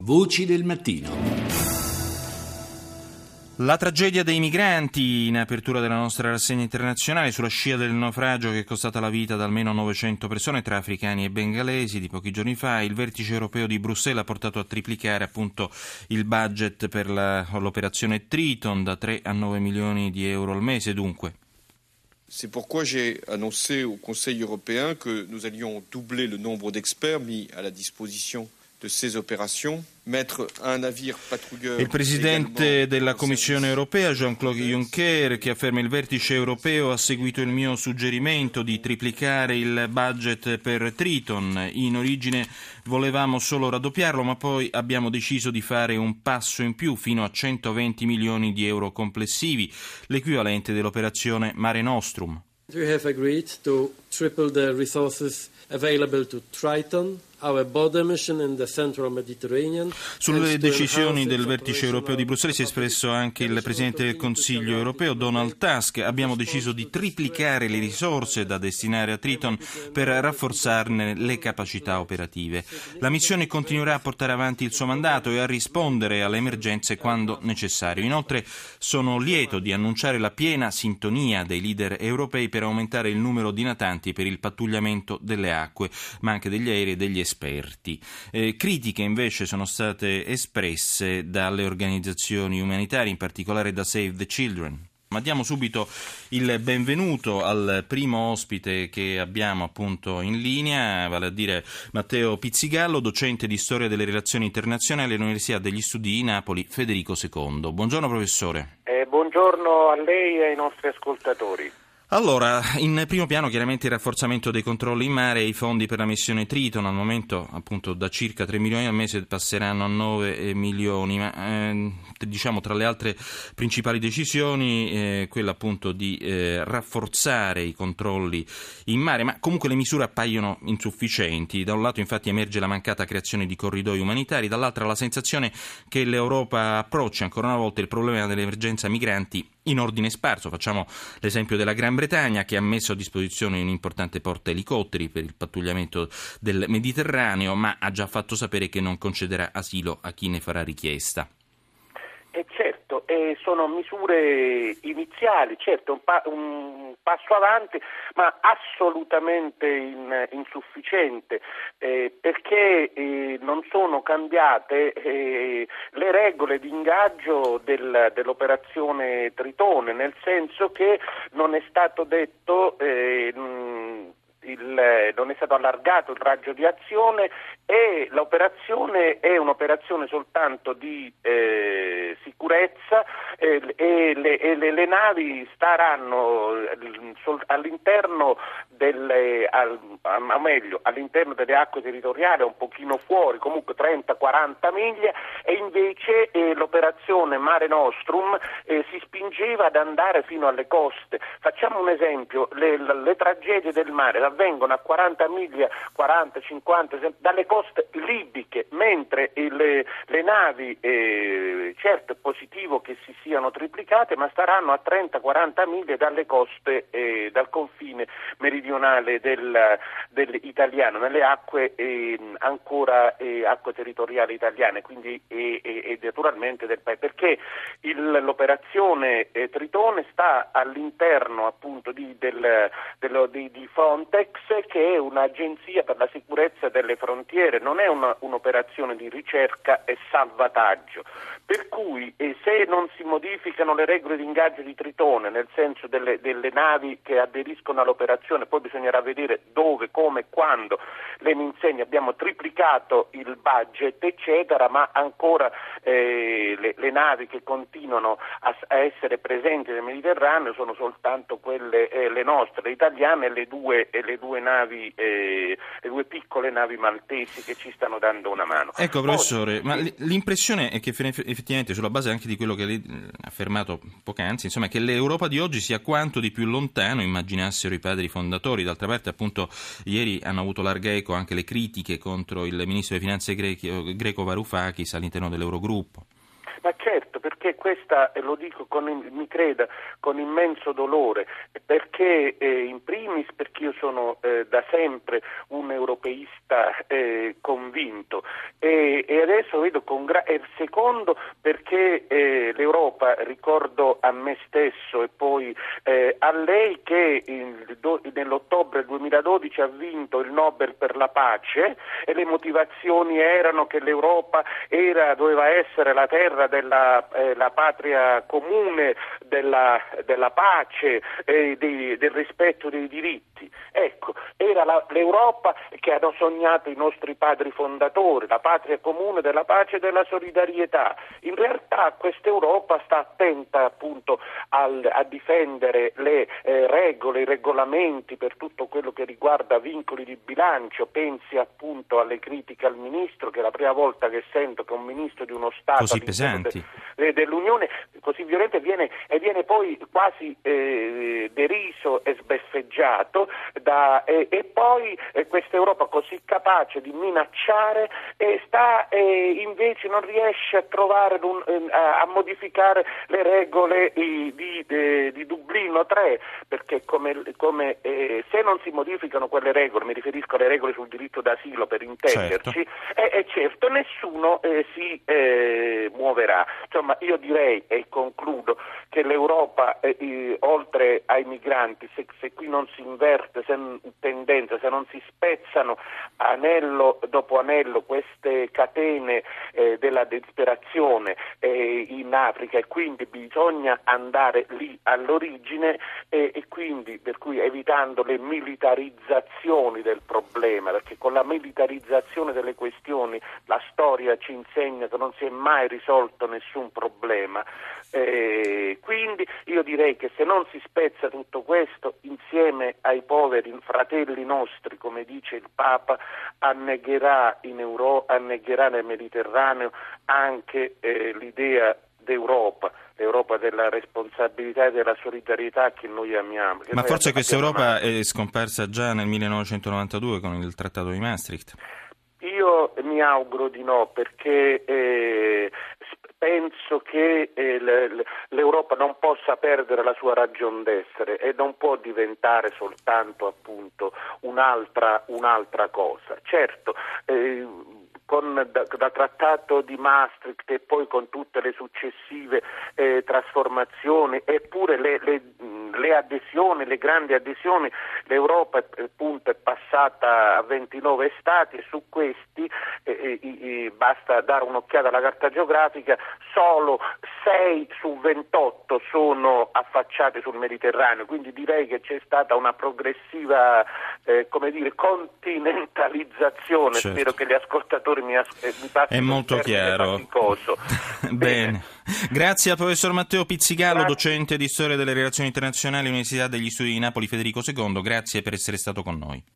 Voci del mattino. La tragedia dei migranti, in apertura della nostra rassegna internazionale, sulla scia del naufragio che è costata la vita ad almeno 900 persone tra africani e bengalesi di pochi giorni fa. Il vertice europeo di Bruxelles ha portato a triplicare appunto il budget per l'operazione Triton da 3 a 9 milioni di euro al mese dunque. C'est pourquoi j'ai annoncé au Conseil européen que nous allions doubler le nombre d'experts mis à la disposition de ces opérations. Il presidente della Commissione europea, Jean-Claude Juncker, che afferma il vertice europeo ha seguito il mio suggerimento di triplicare il budget per Triton. In origine volevamo solo raddoppiarlo, ma poi abbiamo deciso di fare un passo in più fino a 120 milioni di euro complessivi, l'equivalente dell'operazione Mare Nostrum. We have agreed to triple the resources available to Triton, our border mission in the central Mediterranean. Sulle decisioni del vertice europeo di Bruxelles si è espresso anche il Presidente del Consiglio europeo, Donald Tusk. Abbiamo deciso di triplicare le risorse da destinare a Triton per rafforzarne le capacità operative. La missione continuerà a portare avanti il suo mandato e a rispondere alle emergenze quando necessario. Inoltre sono lieto di annunciare la piena sintonia dei leader europei per aumentare il numero di natanti per il pattugliamento delle acque, ma anche degli aerei e degli esperti. Critiche invece sono state espresse dalle organizzazioni umanitarie, in particolare da Save the Children. Ma diamo subito il benvenuto al primo ospite che abbiamo appunto in linea, vale a dire Matteo Pizzigallo, docente di Storia delle Relazioni Internazionali all'Università degli Studi di Napoli Federico II. Buongiorno professore. Buongiorno a lei e ai nostri ascoltatori. Allora, in primo piano chiaramente il rafforzamento dei controlli in mare e i fondi per la missione Triton, al momento appunto da circa 3 milioni al mese passeranno a 9 milioni, ma diciamo tra le altre principali decisioni quella appunto di rafforzare i controlli in mare, ma comunque le misure appaiono insufficienti. Da un lato infatti emerge la mancata creazione di corridoi umanitari, dall'altra la sensazione che l'Europa approcci ancora una volta il problema dell'emergenza migranti in ordine sparso. Facciamo l'esempio della Gran Bretagna, che ha messo a disposizione un importante porta elicotteri per il pattugliamento del Mediterraneo, ma ha già fatto sapere che non concederà asilo a chi ne farà richiesta. Certo, sono misure iniziali, certo un passo avanti, ma assolutamente insufficiente, perché non sono cambiate le regole di ingaggio dell'operazione Tritone, nel senso che non è stato detto non è stato allargato il raggio di azione e l'operazione è un'operazione soltanto di sicurezza e le navi staranno all'interno all'interno delle acque territoriali, un pochino fuori, comunque 30-40 miglia, e invece l'operazione Mare Nostrum si spingeva ad andare fino alle coste. Facciamo un esempio: le tragedie del mare avvengono a 40 miglia, 40-50 dalle coste libiche, mentre le navi, certo è positivo che si siano triplicate, ma staranno a 30-40 miglia dalle coste, dal confine meridionale dell'italiano, nelle acque ancora acque territoriali italiane, quindi e naturalmente del paese, perché l'operazione Tritone sta all'interno appunto di Frontex, che è un'agenzia per la sicurezza delle frontiere, non è un'operazione di ricerca e salvataggio, per cui se non si modificano le regole di ingaggio di Tritone, nel senso delle navi che aderiscono all'operazione, poi bisognerà vedere dove, come, quando le insegne. Abbiamo triplicato il budget eccetera, ma ancora le navi che continuano a essere presenti nel Mediterraneo sono soltanto quelle le nostre, le italiane, e le due navi, le due piccole navi maltesi che ci stanno dando una mano. Ecco professore, ma l'impressione è che effettivamente, sulla base anche di quello che lei ha affermato poc'anzi, insomma, che l'Europa di oggi sia quanto di più lontano immaginassero i padri fondatori. D'altra parte appunto ieri hanno avuto larga eco anche le critiche contro il ministro delle finanze greco Varoufakis all'interno dell'Eurogruppo. Ma certo, perché questa, lo dico mi creda, con immenso dolore, perché in primis perché io sono da sempre un europeista convinto e adesso vedo e secondo perché l'Europa, ricordo a me stesso e poi a lei che nell'ottobre 2012 ha vinto il Nobel per la pace e le motivazioni erano che l'Europa doveva essere la terra la patria comune della pace e del rispetto dei diritti. Ecco, era l'Europa che hanno sognato i nostri padri fondatori, la patria comune della pace e della solidarietà. In realtà questa Europa sta attenta appunto a difendere le regole, i regolamenti per tutto quello che riguarda vincoli di bilancio. Pensi appunto alle critiche al ministro, che è la prima volta che sento che un ministro di uno Stato così pesanti dell'Unione così violento viene poi quasi deriso e sbeffeggiato e poi questa Europa così capace di minacciare invece non riesce a trovare a modificare le regole di Dublino 3, perché se non si modificano quelle regole, mi riferisco alle regole sul diritto d'asilo per intenderci, certo nessuno si muoverà. Insomma, io direi, e concludo, che l'Europa oltre ai migranti, se qui non si inverte tendenza, se non si spezzano anello dopo anello queste catene della disperazione in Africa, e quindi bisogna andare lì all'origine e quindi per cui evitando le militarizzazioni del problema, perché con la militarizzazione delle questioni la storia ci insegna che non si è mai risolto nessun problema. Quindi io direi che se non si spezza tutto questo, insieme ai poveri fratelli nostri, come dice il Papa, annegherà nel Mediterraneo anche l'idea d'Europa, l'Europa della responsabilità e della solidarietà che noi amiamo. Ma forse questa Europa è scomparsa già nel 1992 con il Trattato di Maastricht? Io mi auguro di no, perché penso che l'Europa non possa perdere la sua ragion d'essere e non può diventare soltanto appunto un'altra cosa. Certo, dal Trattato di Maastricht e poi con tutte le successive trasformazioni eppure le adesioni, le grandi adesioni, l'Europa appunto è passata a 29 stati e su questi basta dare un'occhiata alla carta geografica, solo 6 su 28 sono affacciati sul Mediterraneo, quindi direi che c'è stata una progressiva continentalizzazione. Certo. Spero che gli ascoltatori mi passino. È molto chiaro. Bene. Grazie al professor Matteo Pizzigallo, docente di storia delle relazioni internazionali all'Università degli Studi di Napoli Federico II. Grazie per essere stato con noi.